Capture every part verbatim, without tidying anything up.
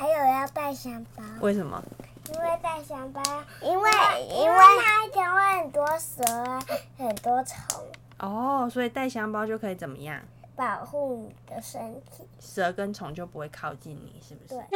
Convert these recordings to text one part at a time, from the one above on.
还有要带香包。 为什么？ 因为带香包，因为因为它一天会很多蛇啊，很多虫。 哦，所以带香包就可以怎么样？ 保护你的身体， 蛇跟虫就不会靠近你，是不是？ 对。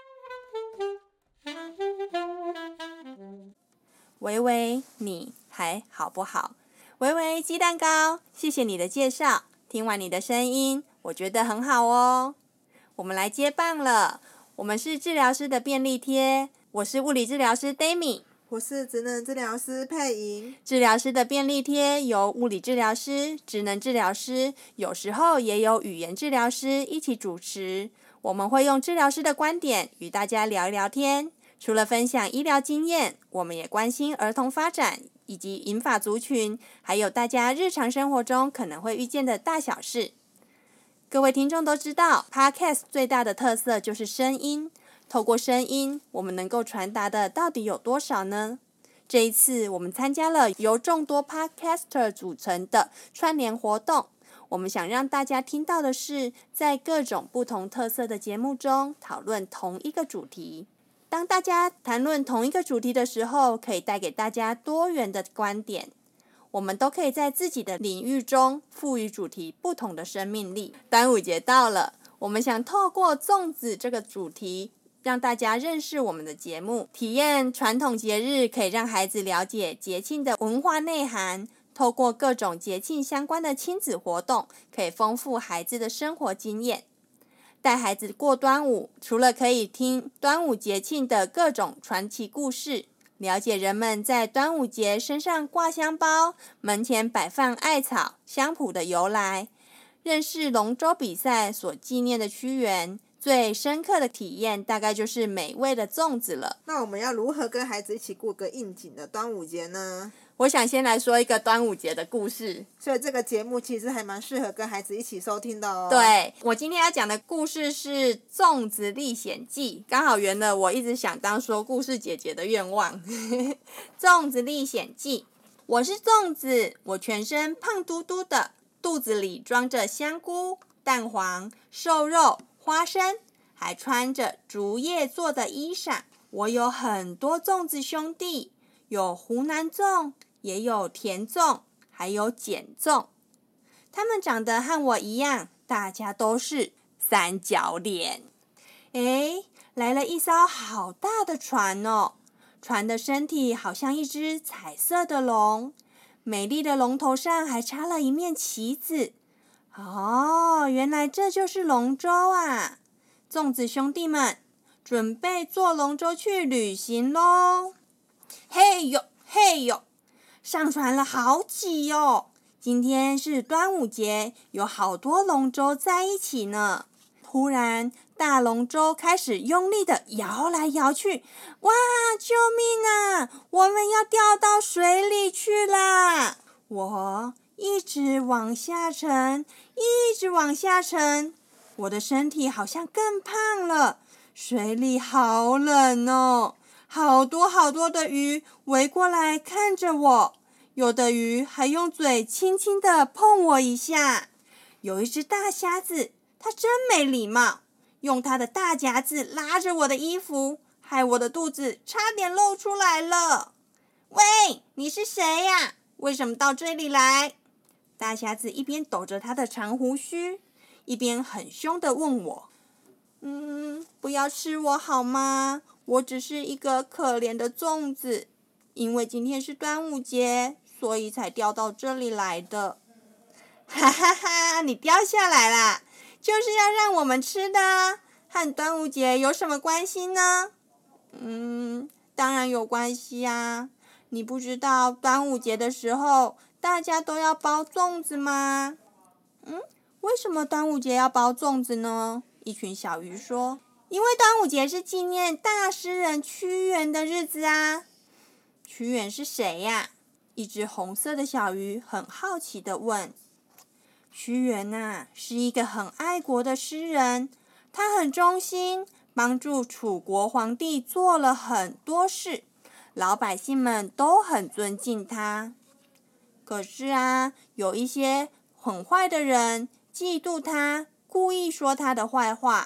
维维，你还好不好？维维鸡蛋糕，谢谢你的介绍。听完你的声音，我觉得很好哦。我们来接棒了，我们是治疗师的便利贴，我是物理治疗师 Dami， 我是职能治疗师佩莹。 治疗师的便利贴由物理治疗师、职能治疗师，有时候也有语言治疗师一起主持。我们会用治疗师的观点与大家聊一聊天。除了分享医疗经验，我们也关心儿童发展以及银发族群，还有大家日常生活中可能会遇见的大小事。各位听众都知道 Podcast 最大的特色就是声音，透过声音我们能够传达的到底有多少呢？这一次我们参加了由众多 Podcaster 组成的串联活动，我们想让大家听到的是在各种不同特色的节目中讨论同一个主题。当大家谈论同一个主题的时候，可以带给大家多元的观点。我们都可以在自己的领域中赋予主题不同的生命力。端午节到了，我们想透过粽子这个主题，让大家认识我们的节目，体验传统节日，可以让孩子了解节庆的文化内涵。透过各种节庆相关的亲子活动，可以丰富孩子的生活经验。带孩子过端午，除了可以听端午节庆的各种传奇故事，了解人们在端午节身上挂香包、门前摆放艾草、香蒲的由来，认识龙舟比赛所纪念的屈原，最深刻的体验大概就是美味的粽子了。 那我们要如何跟孩子一起过个应景的端午节呢？ 我想先来说一个端午节的故事。 所以这个节目其实还蛮适合跟孩子一起收听的哦。 对，我今天要讲的故事是《粽子历险记》，刚好圆了我一直想当说故事姐姐的愿望。粽子历险记，我是粽子，我全身胖嘟嘟的，肚子里装着香菇、蛋黄、瘦肉、花生，还穿着竹叶做的衣裳。我有很多粽子兄弟，有湖南粽，也有甜粽，还有碱粽。他们长得和我一样，大家都是三角脸。诶，来了一艘好大的船哦！船的身体好像一只彩色的龙，美丽的龙头上还插了一面旗子。哦，原来这就是龙舟啊！粽子兄弟们，准备坐龙舟去旅行咯！嘿呦嘿呦，上船了好挤哟！今天是端午节，有好多龙舟在一起呢。突然，大龙舟开始用力的摇来摇去，哇！救命啊！我们要掉到水里去啦！我一直往下沉，一直往下沉，我的身体好像更胖了。水里好冷哦，好多好多的鱼围过来看着我。有的鱼还用嘴轻轻地碰我一下。有一只大虾子，它真没礼貌，用它的大夹子拉着我的衣服，害我的肚子差点露出来了。喂，你是谁呀？为什么到这里来？大虾子一边抖着它的长胡须，一边很凶地问我。嗯，不要吃我好吗？我只是一个可怜的粽子，因为今天是端午节，所以才掉到这里来的。哈哈哈，你掉下来啦，就是要让我们吃的啊，和端午节有什么关系呢？嗯，当然有关系啊。你不知道端午节的时候，大家都要包粽子吗？嗯，为什么端午节要包粽子呢？一群小鱼说，因为端午节是纪念大诗人屈原的日子啊。屈原是谁呀？一只红色的小鱼很好奇地问。屈原啊，是一个很爱国的诗人，他很忠心，帮助楚国皇帝做了很多事，老百姓们都很尊敬他。可是啊，有一些很坏的人嫉妒他，故意说他的坏话，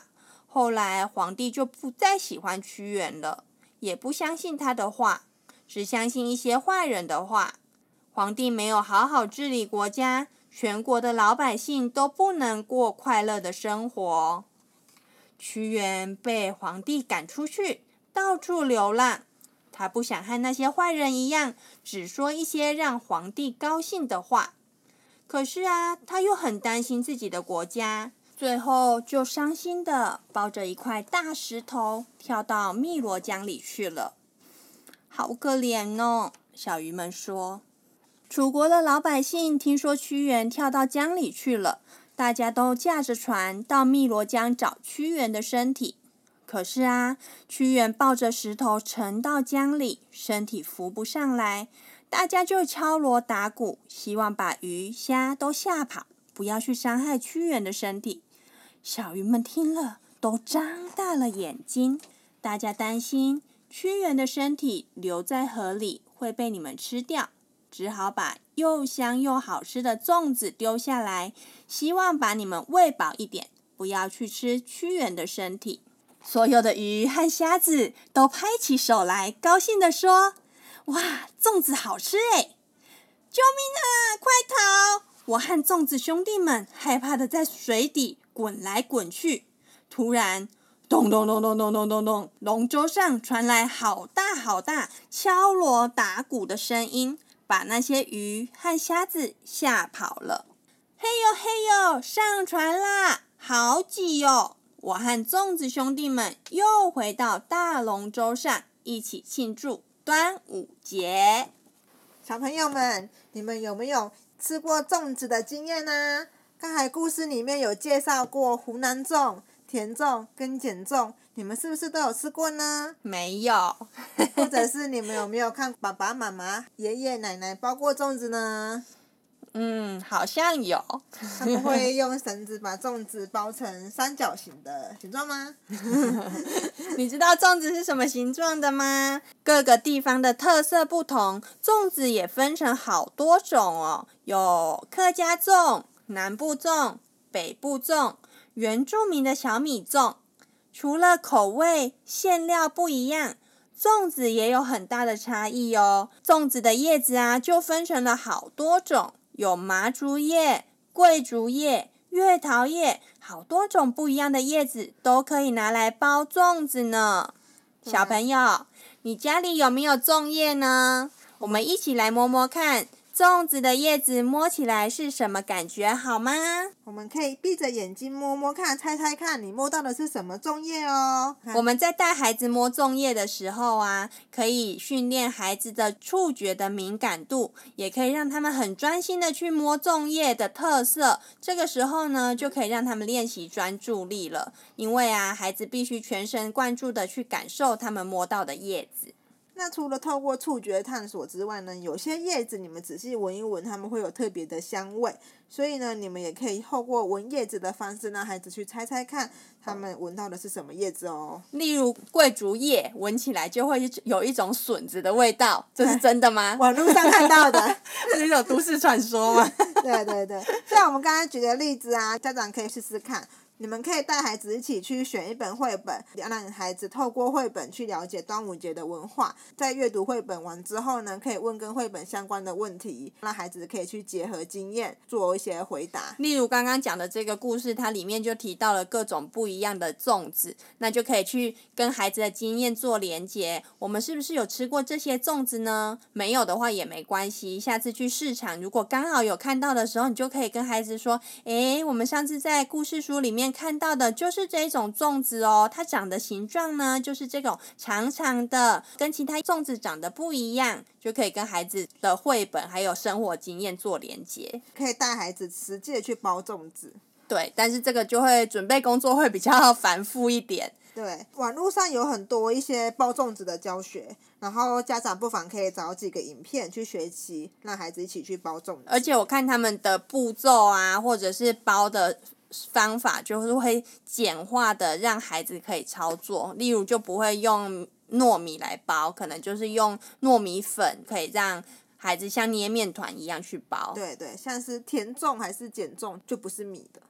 后来皇帝就不再喜欢屈原了，也不相信他的话，只相信一些坏人的话。皇帝没有好好治理国家，全国的老百姓都不能过快乐的生活。屈原被皇帝赶出去，到处流浪。他不想和那些坏人一样，只说一些让皇帝高兴的话。可是啊，他又很担心自己的国家，最后就伤心的抱着一块大石头跳到汨罗江里去了。好可怜哦，小鱼们说。楚国的老百姓听说屈原跳到江里去了，大家都驾着船到汨罗江找屈原的身体。可是啊，屈原抱着石头沉到江里，身体浮不上来，大家就敲锣打鼓，希望把鱼虾都吓跑，不要去伤害屈原的身体。小鱼们听了都张大了眼睛，大家担心屈原的身体留在河里会被你们吃掉，只好把又香又好吃的粽子丢下来，希望把你们喂饱一点，不要去吃屈原的身体。所有的鱼和虾子都拍起手来，高兴地说：哇，粽子好吃诶！救命啊，快逃！我和粽子兄弟们害怕的在水底滚来滚去。突然，咚咚咚咚咚咚咚咚，龙舟上传来好大好大敲锣打鼓的声音，把那些鱼和虾子吓跑了。嘿呦嘿呦，上船啦！好挤哟！我和粽子兄弟们又回到大龙舟上，一起庆祝端午节。 小朋友们，你们有没有吃过粽子的经验呢？刚才故事里面有介绍过湖南粽、甜粽跟碱粽，你们是不是都有吃过呢？ 没有。 或者是你们有没有看爸爸妈妈、爷爷奶奶包过粽子呢？ 嗯，好像有。 他们会用绳子把粽子包成三角形的形状吗？ 你知道粽子是什么形状的吗？各个地方的特色不同，粽子也分成好多种哦，有客家粽、南部粽、北部粽、原住民的小米粽。除了口味、馅料不一样，粽子也有很大的差异哦。粽子的叶子啊，就分成了好多种。有麻竹叶、桂竹叶、月桃叶，好多种不一样的叶子都可以拿来包粽子呢。小朋友，你家里有没有粽叶呢？我们一起来摸摸看，粽子的叶子摸起来是什么感觉好吗？ 我们可以闭着眼睛摸摸看，猜猜看你摸到的是什么粽叶哦。 我们在带孩子摸粽叶的时候啊，可以训练孩子的触觉的敏感度，也可以让他们很专心的去摸粽叶的特色。这个时候呢，就可以让他们练习专注力了。因为啊，孩子必须全神贯注的去感受他们摸到的叶子。 那除了透过触觉探索之外呢，有些叶子你们仔细闻一闻，它们会有特别的香味，所以呢，你们也可以透过闻叶子的方式，让孩子去猜猜看，他们闻到的是什么叶子哦。 例如桂竹叶，闻起来就会有一种笋子的味道，这是真的吗？ 网络上看到的， 是一种都市传说吗？ 对对对，像我们刚才举的例子啊，家长可以试试看。你们可以带孩子一起去选一本绘本，让孩子透过绘本去了解端午节的文化。在阅读绘本完之后呢，可以问跟绘本相关的问题，让孩子可以去结合经验做一些回答。 例如刚刚讲的这个故事，它里面就提到了各种不一样的粽子，那就可以去跟孩子的经验做连结。我们是不是有吃过这些粽子呢？没有的话也没关系，下次去市场如果刚好有看到的时候，你就可以跟孩子说，诶，我们上次在故事书里面看到的就是这种粽子哦，它长的形状呢就是这种长长的，跟其他粽子长得不一样，就可以跟孩子的绘本还有生活经验做连结。 可以带孩子实际的去包粽子。 对，但是这个就会准备工作会比较繁复一点。 对，网络上有很多一些包粽子的教学，然后家长不妨可以找几个影片去学习，让孩子一起去包粽子。 而且我看他们的步骤啊，或者是包的方法，就是会简化的让孩子可以操作。例如就不会用糯米来包，可能就是用糯米粉，可以让孩子像捏面团一样去包。 对对，像是甜粽还是碱粽就不是米的。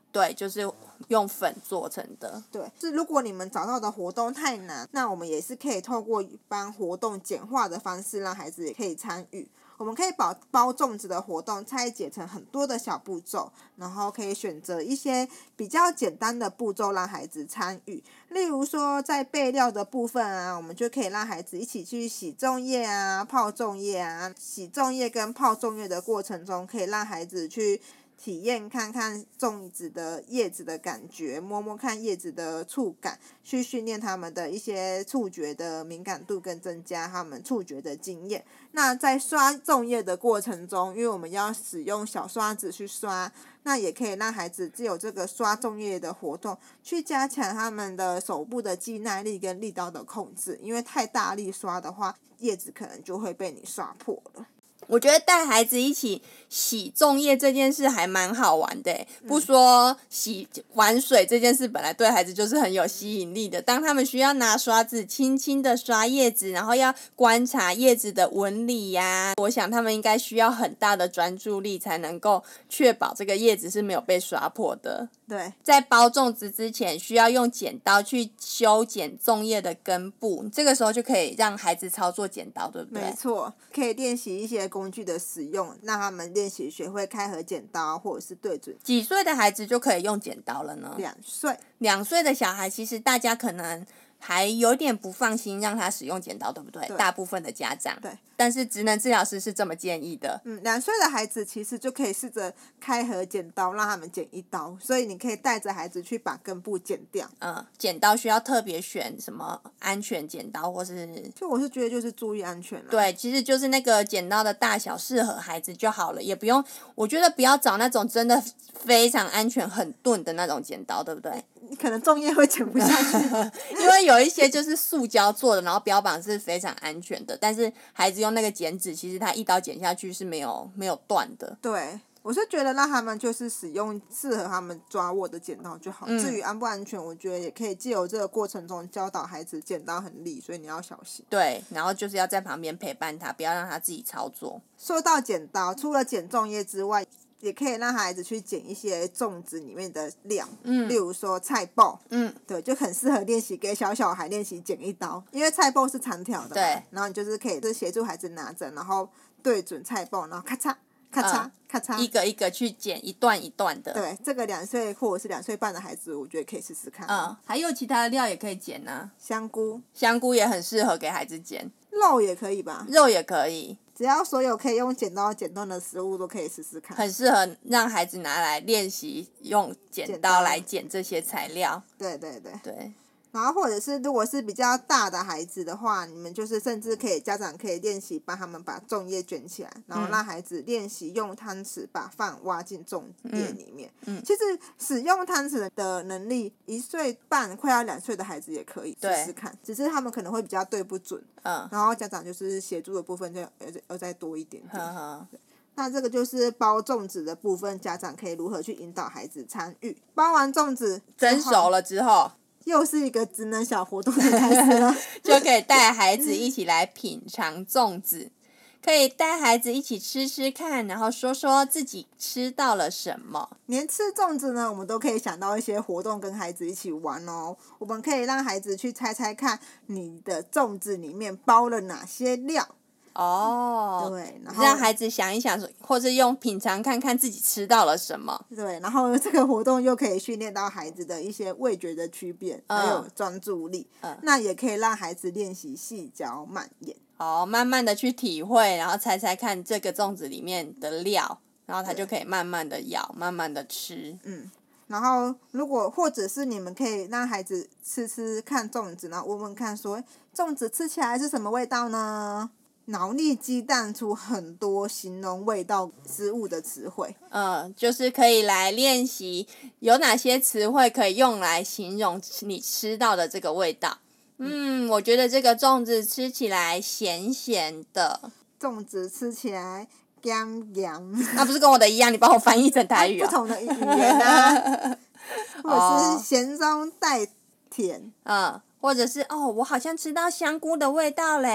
对，就是用粉做成的。 对，是如果你们找到的活动太难，那我们也是可以透过帮活动简化的方式，让孩子也可以参与。我们可以把包粽子的活动拆解成很多的小步骤，然后可以选择一些比较简单的步骤让孩子参与。例如说在备料的部分啊，我们就可以让孩子一起去洗粽叶啊、泡粽叶啊。洗粽叶跟泡粽叶的过程中，可以让孩子去体验看看粽子的叶子的感觉，摸摸看叶子的触感，去训练他们的一些触觉的敏感度，跟增加他们触觉的经验。那在刷粽叶的过程中，因为我们要使用小刷子去刷，那也可以让孩子藉由这个刷粽叶的活动，去加强他们的手部的肌耐力跟力道的控制。因为太大力刷的话，叶子可能就会被你刷破了。 我觉得带孩子一起洗粽叶这件事还蛮好玩的，不说洗玩水这件事本来对孩子就是很有吸引力的，当他们需要拿刷子轻轻的刷叶子，然后要观察叶子的纹理呀、啊，我想他们应该需要很大的专注力才能够确保这个叶子是没有被刷破的。 对， 在包粽子之前需要用剪刀去修剪粽叶的根部，这个时候就可以让孩子操作剪刀，对不对？ 没错，可以练习一些工具的使用，让他们练习学会开合剪刀或者是对准。 几岁的孩子就可以用剪刀了呢？ 两岁。 两岁的小孩其实大家可能还有点不放心让他使用剪刀，对不对？ 对， 大部分的家长。 对。 但是职能治疗师是这么建议的。 嗯，两岁的孩子其实就可以试着开合剪刀，让他们剪一刀，所以你可以带着孩子去把根部剪掉。 嗯，剪刀需要特别选什么安全剪刀，或是？ 就我是觉得就是注意安全啦。 对，其实就是那个剪刀的大小适合孩子就好了，也不用，我觉得不要找那种真的非常安全很钝的那种剪刀，对不对？ 你可能粽叶会剪不下去。 因为有一些就是塑胶做的，然后标榜是非常安全的，但是孩子用那个剪纸，其实他一刀剪下去是没有没有断的。 对，我是觉得让他们就是使用适合他们抓握的剪刀就好。 嗯、 至于安不安全，我觉得也可以借由这个过程中教导孩子剪刀很利，所以你要小心。 对，然后就是要在旁边陪伴他，不要让他自己操作。 说到剪刀，除了剪粽叶之外，也可以让孩子去剪一些粽子里面的料， 嗯， 例如说菜脯， 嗯， 对，就很适合练习给小小孩练习剪一刀，因为菜脯是长条的嘛， 对， 然后你就是可以就是协助孩子拿着，然后对准菜脯，然后咔嚓咔嚓、嗯、咔嚓， 一个一个去剪，一段一段的。 对，这个两岁或者是两岁半的孩子，我觉得可以试试看。 嗯，还有其他的料也可以剪啊， 香菇， 香菇也很适合给孩子剪， 肉也可以吧？ 肉也可以。 只要所有可以用剪刀剪断的食物都可以试试看， 很适合让孩子拿来练习用剪刀来剪这些材料。 对对对。 对。 然后或者是如果是比较大的孩子的话，你们就是甚至可以家长可以练习帮他们把粽叶卷起来，然后让孩子练习用汤匙把饭挖进粽叶里面。嗯嗯、其实使用汤匙的能力，一岁半快要两岁的孩子也可以试试看，只是他们可能会比较对不准。嗯。然后家长就是协助的部分就要要再多一点点。呵呵。那这个就是包粽子的部分，家长可以如何去引导孩子参与。包完粽子蒸熟了之后。 又是一个职能小活动的开始了， 就可以带孩子一起来品尝粽子，可以带孩子一起吃吃看，然后说说自己吃到了什么。 连吃粽子呢，我们都可以想到一些活动跟孩子一起玩哦。我们可以让孩子去猜猜看，你的粽子里面包了哪些料。 哦， 对，然后让孩子想一想，或是用品尝看看自己吃到了什么。 对，然后这个活动又可以训练到孩子的一些味觉的区别，嗯、还有专注力。嗯，那也可以让孩子练习细嚼慢咽。 哦，慢慢的去体会，然后猜猜看这个粽子里面的料，然后他就可以慢慢的咬，慢慢的吃。 嗯。然后，如果或者是你们可以让孩子吃吃看粽子，然后问问看说，粽子吃起来是什么味道呢？脑力激荡出很多形容味道食物的词汇。 嗯，就是可以来练习有哪些词汇可以用来形容你吃到的这个味道。嗯，我觉得这个粽子吃起来咸咸的。 粽子吃起来咸咸。 那不是跟我的一样？你帮我翻译成台语啊、 哦？不同的语言啊。或者是咸中带甜。 嗯，或者是哦，我好像吃到香菇的味道嘞。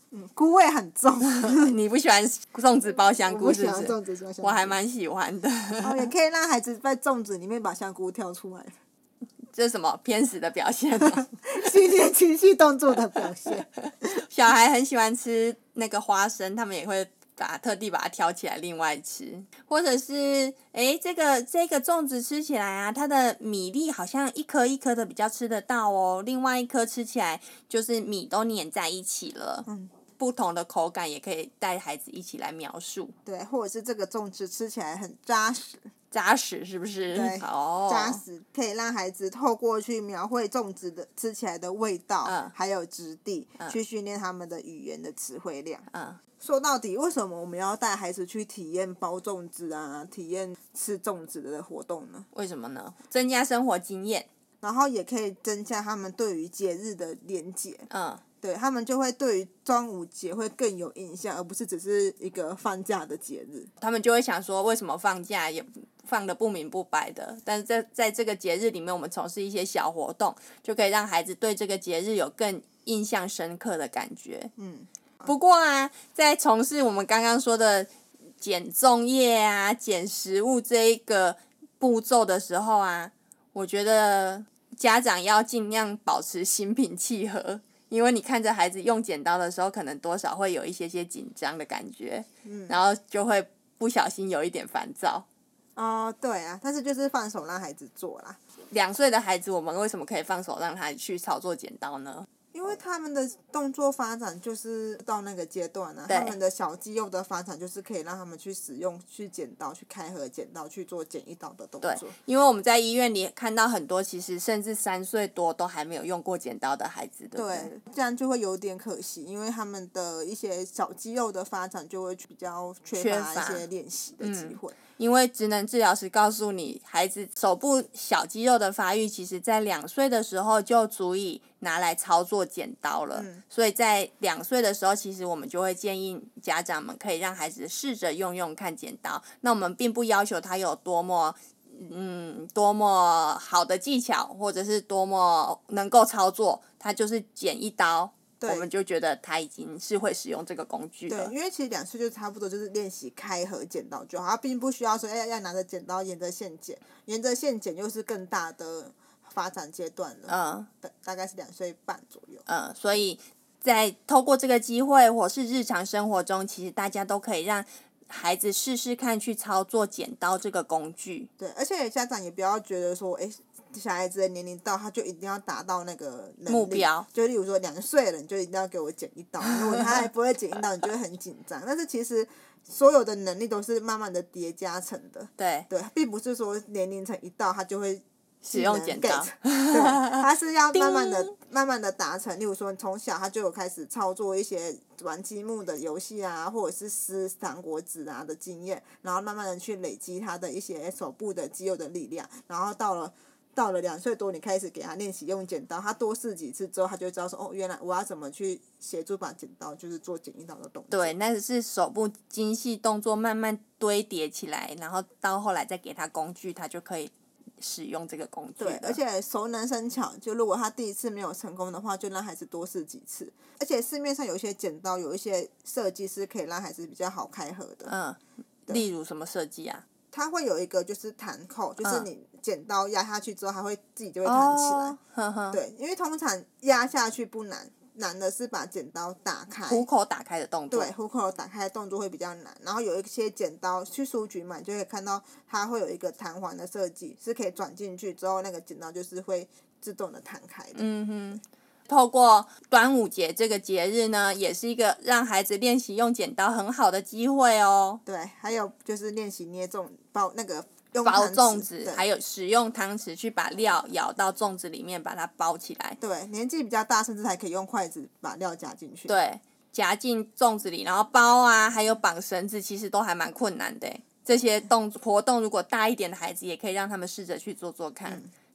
嗯，菇味很重。 你不喜欢粽子包香菇是不是？ 我不喜欢粽子包香菇。 我还蛮喜欢的。 哦，也可以让孩子在粽子里面把香菇挑出来。 这是什么偏食的表现吗？ 是一些情绪动作的表现。 小孩很喜欢吃那个花生，他们也会把特地把它挑起来另外吃，或者是诶这个这个粽子吃起来啊，它的米粒好像一颗一颗的比较吃得到哦，另外一颗吃起来就是米都粘在一起了。 嗯， 不同的口感也可以带孩子一起来描述。 对，或者是这个粽子吃起来很扎实。 扎实是不是？ 对， 哦， 扎实可以让孩子透过去描绘粽子的吃起来的味道， 嗯、 还有质地， 嗯、 去训练他们的语言的词汇量。 嗯， 说到底，为什么我们要带孩子去体验包粽子啊，体验吃粽子的活动呢？ 为什么呢？增加生活经验， 然后也可以增加他们对于节日的连结。 嗯。 对，他们就会对于端午节会更有印象，而不是只是一个放假的节日。 他们就会想说，为什么放假也放得不明不白的？但是在在这个节日里面，我们从事一些小活动，就可以让孩子对这个节日有更印象深刻的感觉。 嗯。 不过啊，在从事我们刚刚说的捡粽叶啊、捡食物这一个步骤的时候啊，我觉得家长要尽量保持心平气和。因为你看着孩子用剪刀的时候，可能多少会有一些些紧张的感觉， 嗯， 然后就会不小心有一点烦躁。 哦，对啊，但是就是放手让孩子做啦。 两岁的孩子，我们为什么可以放手让他去操作剪刀呢？ 因为他们的动作发展就是到那个阶段啊，他们的小肌肉的发展就是可以让他们去使用去剪刀、去开合剪刀、去做剪一刀的动作。 对，因为我们在医院里看到很多，其实甚至三岁多都还没有用过剪刀的孩子，对不对？ 对，这样就会有点可惜，因为他们的一些小肌肉的发展就会比较缺乏一些练习的机会。 嗯，因为职能治疗师告诉你，孩子手部小肌肉的发育，其实在两岁的时候就足以拿来操作剪刀了。 嗯， 所以在两岁的时候，其实我们就会建议家长们可以让孩子试着用用看剪刀。那我们并不要求他有多么嗯多么好的技巧，或者是多么能够操作，他就是剪一刀。我们就觉得他已经是会使用这个工具了。 对，因为其实两岁就差不多就是练习开合剪刀就好，他并不需要说，哎，要拿着剪刀沿着线剪，沿着线剪又是更大的发展阶段了。 嗯， 大大概是两岁半左右。 嗯，所以在透过这个机会，或是日常生活中，其实大家都可以让孩子试试看去操作剪刀这个工具。 对，而且家长也不要觉得说，哎。小孩子的年龄到，他就一定要达到那个目标。 就例如说两岁了，你就一定要给我剪一刀。如果他还不会剪一刀，你就会很紧张。但是其实所有的能力都是慢慢的叠加成的。 对。 对，并不是说年龄层一到，他就会使用剪刀。 对，他是要慢慢的、慢慢的达成。例如说，从小他就有开始操作一些玩积木的游戏啊，或者是撕糖果纸啊的经验，然后慢慢的去累积他的一些手部的肌肉的力量，然后到了。到了两岁多，你开始给他练习用剪刀，他多试几次之后，他就知道说，哦，原来我要怎么去协助把剪刀，就是做剪一刀的动作。 对，那是手部精细动作慢慢堆叠起来，然后到后来再给他工具，他就可以使用这个工具。 对，而且熟能生巧，就如果他第一次没有成功的话，就让孩子多试几次。而且市面上有一些剪刀，有一些设计是可以让孩子比较好开合的。 嗯，例如什么设计啊？ 它会有一个就是弹扣，就是你剪刀压下去之后，它会自己就会弹起来。 哦、呵呵对，因为通常压下去不难，难的是把剪刀打开。 虎口打开的动作。 对，虎口打开的动作会比较难。然后有一些剪刀，去书局买就可以看到，它会有一个弹簧的设计，是可以转进去之后，那个剪刀就是会自动的弹开的。 嗯哼。透过端午节这个节日呢，也是一个让孩子练习用剪刀很好的机会哦。 对，还有就是练习捏粽包那个用包粽子，还有使用汤匙去把料舀到粽子里面，把它包起来。 对，年纪比较大，甚至还可以用筷子把料夹进去。 对，夹进粽子里，然后包啊，还有绑绳子，其实都还蛮困难的。这些动活动如果大一点的孩子，也可以让他们试着去做做看。嗯，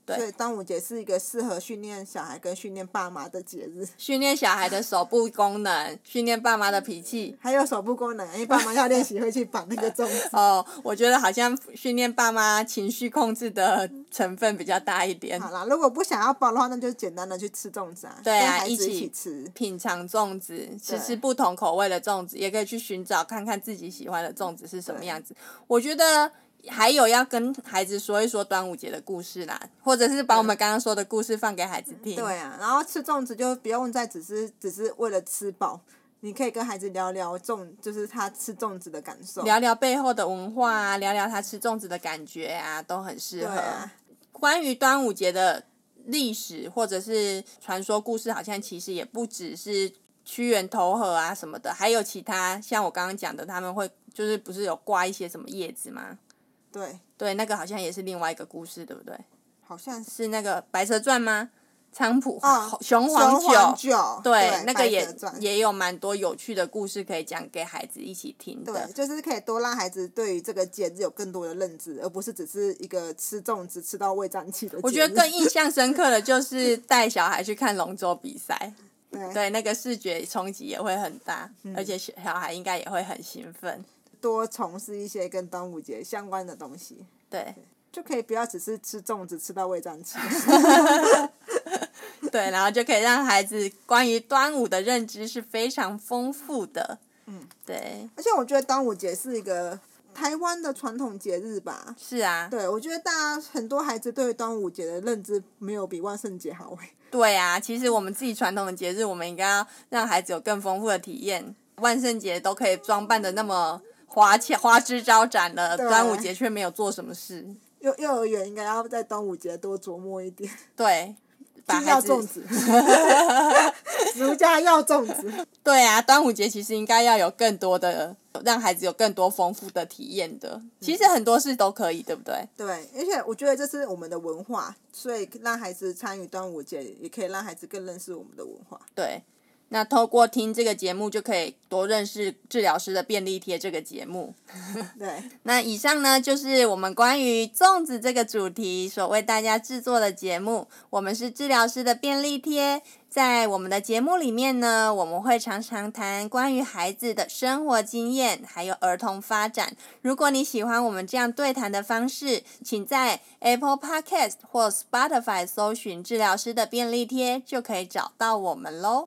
对， 所以端午节是一个适合训练小孩跟训练爸妈的节日。 训练小孩的手部功能，训练爸妈的脾气。 还有手部功能，因为爸妈要练习会去绑那个粽子。 哦，我觉得好像训练爸妈情绪控制的成分比较大一点。 好啦，如果不想要包的话，那就简单的去吃粽子啊， 对啊， 跟孩子一起一起吃， 品尝粽子，吃吃不同口味的粽子，也可以去寻找看看自己喜欢的粽子是什么样子。我觉得还有要跟孩子说一说端午节的故事啦，或者是把我们刚刚说的故事放给孩子听。 对啊，然后吃粽子就不用再只是只是为了吃饱，你可以跟孩子聊聊粽，就是他吃粽子的感受， 聊聊背后的文化啊，聊聊他吃粽子的感觉啊，都很适合。 对啊， 关于端午节的历史或者是传说故事，好像其实也不只是屈原投河啊什么的，还有其他像我刚刚讲的，他们会就是不是有挂一些什么叶子吗？ 对， 对，那个好像也是另外一个故事，对不对？ 好像是是那个《白蛇传》吗？菖蒲、 哦雄黄雄黄酒， 对， 对那个也白蛇传也有蛮多有趣的故事可以讲给孩子一起听的。 对，就是可以多让孩子对于这个节日有更多的认知，而不是只是一个吃粽子吃到胃胀气的节日。 我觉得更印象深刻的就是带小孩去看龙舟比赛， 对对，那个视觉冲击也会很大， 嗯而且小孩应该也会很兴奋。 多从事一些跟端午节相关的东西， 对就可以不要只是吃粽子吃到胃胀气。 对，然后就可以让孩子关于端午的认知是非常丰富的。 嗯， 对， 而且我觉得端午节是一个台湾的传统节日吧。 是啊， 对，我觉得大家很多孩子对于端午节的认知没有比万圣节好诶。 对啊，其实我们自己传统的节日，我们应该要让孩子有更丰富的体验。万圣节都可以装扮的那么花俏、花枝招展了， 对端午节却没有做什么事。 幼幼儿园应该要在端午节多琢磨一点。 对，把要孩子粽子，儒家要粽子。 对啊，端午节其实应该要有更多的，让孩子有更多丰富的体验的。其实很多事都可以，对不对？ 对，而且我觉得这是我们的文化，所以让孩子参与端午节，也可以让孩子更认识我们的文化。 对。那透过听这个节目，就可以多认识治疗师的便利贴这个节目。 对， 那以上呢，就是我们关于粽子这个主题所为大家制作的节目。我们是治疗师的便利贴，在我们的节目里面呢，我们会常常谈关于孩子的生活经验，还有儿童发展。如果你喜欢我们这样对谈的方式，请在 Apple Podcast 或 Spotify 搜寻治疗师的便利贴，就可以找到我们咯。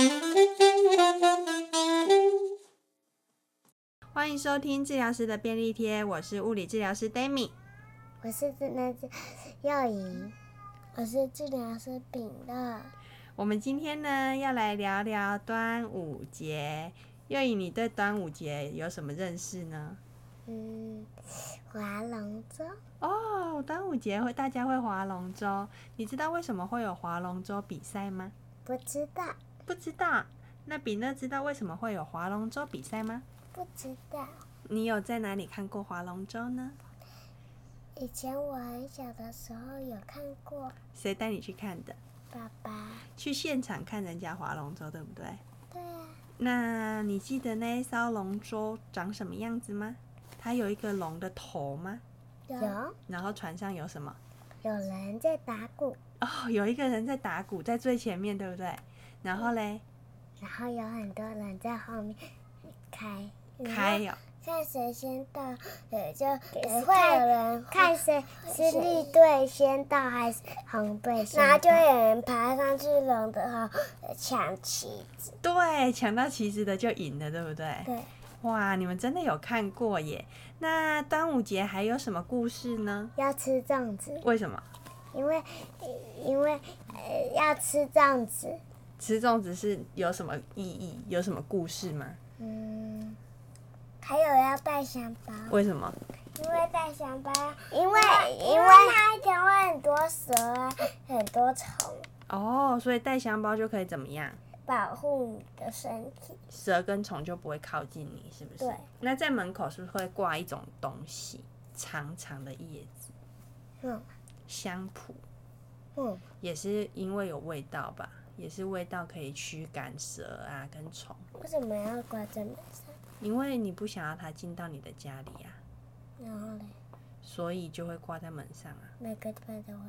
欢迎收听治疗师的便利贴，我是物理治疗师 Dami， 我是治疗师幼仪，我是治疗师秉乐。 我们今天呢要来聊聊端午节。幼仪，你对端午节有什么认识呢？ 嗯，划龙舟。 哦，端午节会大家会划龙舟，你知道为什么会有划龙舟比赛吗？ 不知道。 不知道。那比乐知道为什么会有划龙舟比赛吗？ 不知道。 你有在哪里看过划龙舟呢？ 以前我很小的时候有看过。 谁带你去看的？ 爸爸。 去现场看人家划龙舟，对不对？ 对啊。 那你记得那一艘龙舟长什么样子吗？它有一个龙的头吗？ 有。 然后船上有什么？ 有人在打鼓。 哦，有一个人在打鼓，在最前面，对不对？然后嘞？ 然后有很多人在后面开。 开哦。 看谁先到，呃，就呃会有人看谁是绿队先到还是红队先到，然后就有人爬上去龙的后抢旗子。 对，抢到旗子的就赢了，对不对？ 对。 哇，你们真的有看过耶！那端午节还有什么故事呢？ 要吃粽子。 为什么？ 因为因为呃要吃粽子。 吃粽子是有什么意义？有什么故事吗？ 嗯。还有要带香包。 为什么？ 因为带香包，因为因为它一天会很多蛇啊，很多虫。 哦，所以带香包就可以怎么样？ 保护你的身体。 蛇跟虫就不会靠近你，是不是？ 对。 那在门口是不是会挂一种东西，长长的叶子？ 嗯。 香蒲。 嗯。 也是因为有味道吧？也是味道可以驱赶蛇啊跟虫。 为什么要挂在门上？ 因为你不想要它进到你的家里啊， 然后嘞， 所以就会挂在门上啊。 每个地方都会。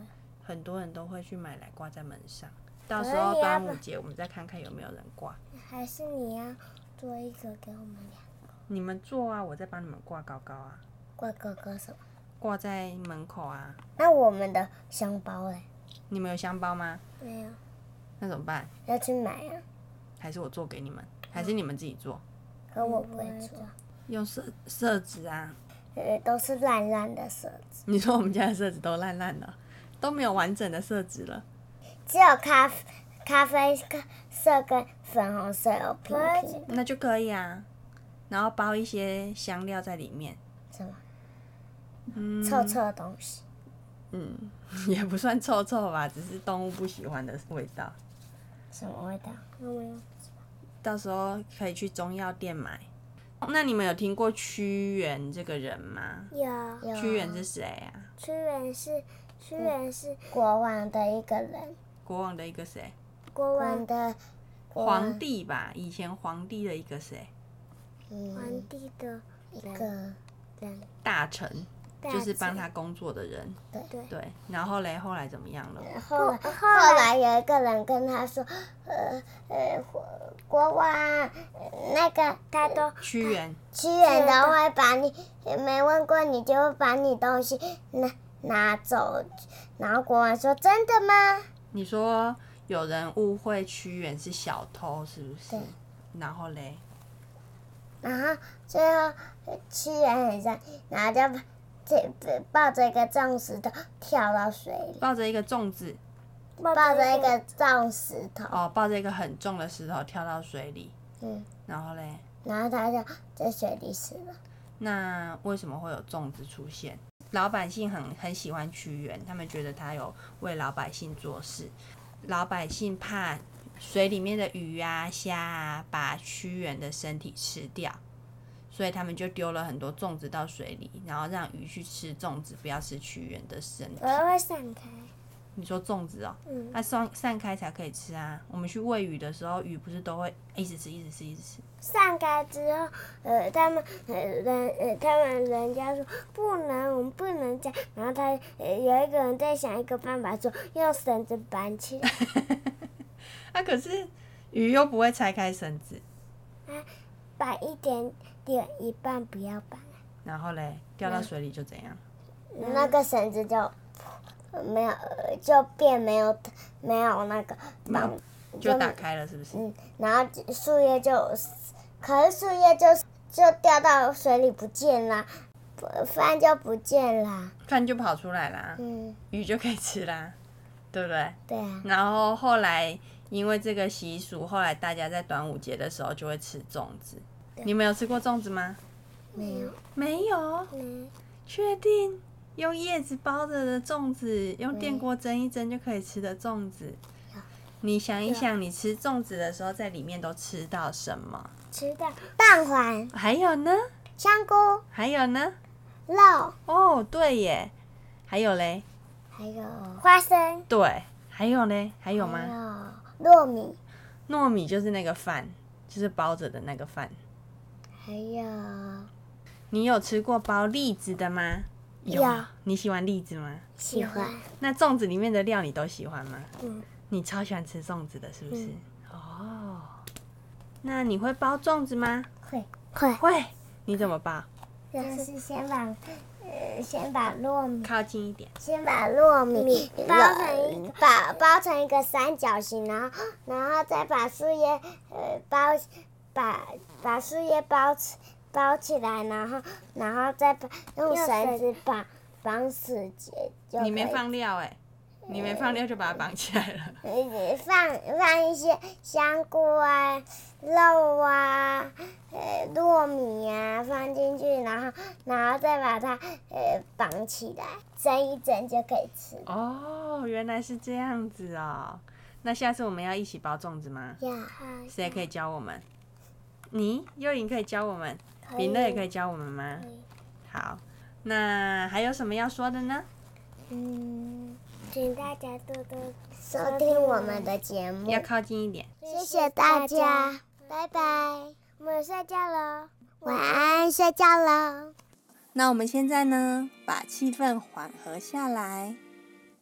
很多人都会去买来挂在门上。到时候端午节我们再看看有没有人挂。 还是你要做一个给我们两个？ 你们做啊，我再帮你们挂高高啊。 挂高高什么？ 挂在门口啊。 那我们的香包嘞？ 你们有香包吗？ 没有。 那怎么办？ 要去买啊。 还是我做给你们？还是你们自己做？ 可我不会做。 用色色纸啊。 呃，都是烂烂的色纸。 你说我们家的色纸都烂烂的，都没有完整的色纸了。 只有咖咖啡色跟粉红色有平平。 那就可以啊。然后包一些香料在里面。 什么？ 嗯。 臭臭的东西。 嗯，也不算臭臭吧，只是动物不喜欢的味道。 什么味道？我没有。 到时候可以去中药店买。那你们有听过屈原这个人吗？ 有。 屈原是谁啊？ 屈原是屈原是国王的一个人。 国王的一个谁？ 国王的皇帝吧，以前皇帝的一个谁？ 嗯，皇帝的一个人。 大臣。就是帮他工作的人， 对对，然后嘞，后来怎么样了？ 后来后来有一个人跟他说，呃呃，国王，那个他都屈原， 屈原都会把你没问过你就会把你东西拿拿走，然后国王说真的吗？ 你说有人误会屈原是小偷是不是？ 对。 然后嘞？ 然后最后屈原很生气，然后就。抱着一个重石头跳到水里， 抱着一个粽子， 抱着一个重石头。 哦，抱着一个很重的石头跳到水里。 嗯。 然后嘞？ 然后他就在水里死了。 那为什么会有粽子出现？老百姓很很喜欢屈原，他们觉得他有为老百姓做事。老百姓怕水里面的鱼啊、虾啊把屈原的身体吃掉。所以他们就丢了很多粽子到水里，然后让鱼去吃粽子，不要吃屈原的身体。 我会散开。 你说粽子哦？ 嗯。 它散散开才可以吃啊。我们去喂鱼的时候，鱼不是都会一直吃、一直吃、一直吃。 散开之后，呃，他们呃人呃他们人家说不能，我们不能这样。然后他呃有一个人在想一个办法，说用绳子绑起来。 啊，可是鱼又不会拆开绳子。 啊，绑一点。点一半不要绑， 然后嘞，掉到水里就怎样？ 那个绳子就没有，就变没有没有那个绑， 就打开了，是不是？ 嗯，然后树叶就，可是树叶就就掉到水里不见了，饭就不见了， 饭就跑出来啦， 嗯， 鱼就可以吃啦，对不对？ 对啊。 然后后来因为这个习俗，后来大家在端午节的时候就会吃粽子。你们有吃过粽子吗？ 没有。 没有？ 嗯。 确定？用叶子包着的粽子，用电锅蒸一蒸就可以吃的粽子。你想一想，你吃粽子的时候，在里面都吃到什么？ 吃到蛋黄。 还有呢？ 香菇。 还有呢？ 肉。 哦，对耶。还有嘞？ 还有花生。 对。还有嘞？还有吗？ 还有糯米。 糯米就是那个饭，就是包着的那个饭。 还有， 你有吃过包栗子的吗？ 有。 你喜欢栗子吗？ 喜欢。 那粽子里面的料你都喜欢吗？ 嗯。 你超喜欢吃粽子的，是不是？嗯、哦。那你会包粽子吗？ 会。会。 会。你怎么包？ 就是先把，呃，先把糯米靠近一点。 先把糯米包成一个，把包成一个三角形，然后，然后再把树叶，呃，包。把把树叶包起包起来，然后然后再把用绳子绑绑死结就可以。 你没放料哎、欸，你没放料就把它绑起来了。 呃，放放一些香菇啊、肉啊、呃糯米啊放进去，然后然后再把它呃绑起来，蒸一蒸就可以吃。 哦，原来是这样子哦。那下次我们要一起包粽子吗？ 要。 谁可以教我们？你幼颖可以教我们，秉乐也可以教我们吗？好，那还有什么要说的呢？ 嗯，请大家多多收听我们的节目， 要靠近一点。 谢谢大家，拜拜，我们睡觉了，晚安，睡觉了。 那我们现在呢，把气氛缓和下来，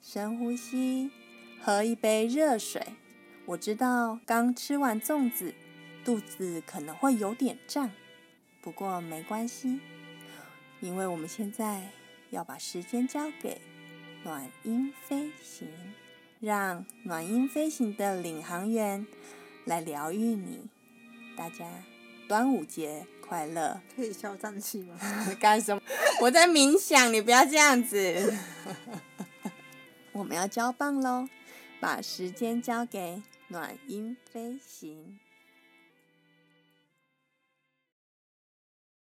深呼吸，喝一杯热水。我知道刚吃完粽子，肚子可能会有点胀，不过没关系，因为我们现在要把时间交给暖音飞行，让暖音飞行的领航员来疗愈你。大家端午节快乐！ 可以消胀气吗？ 干什么？我在冥想，你不要这样子。我们要交棒咯，把时间交给暖音飞行。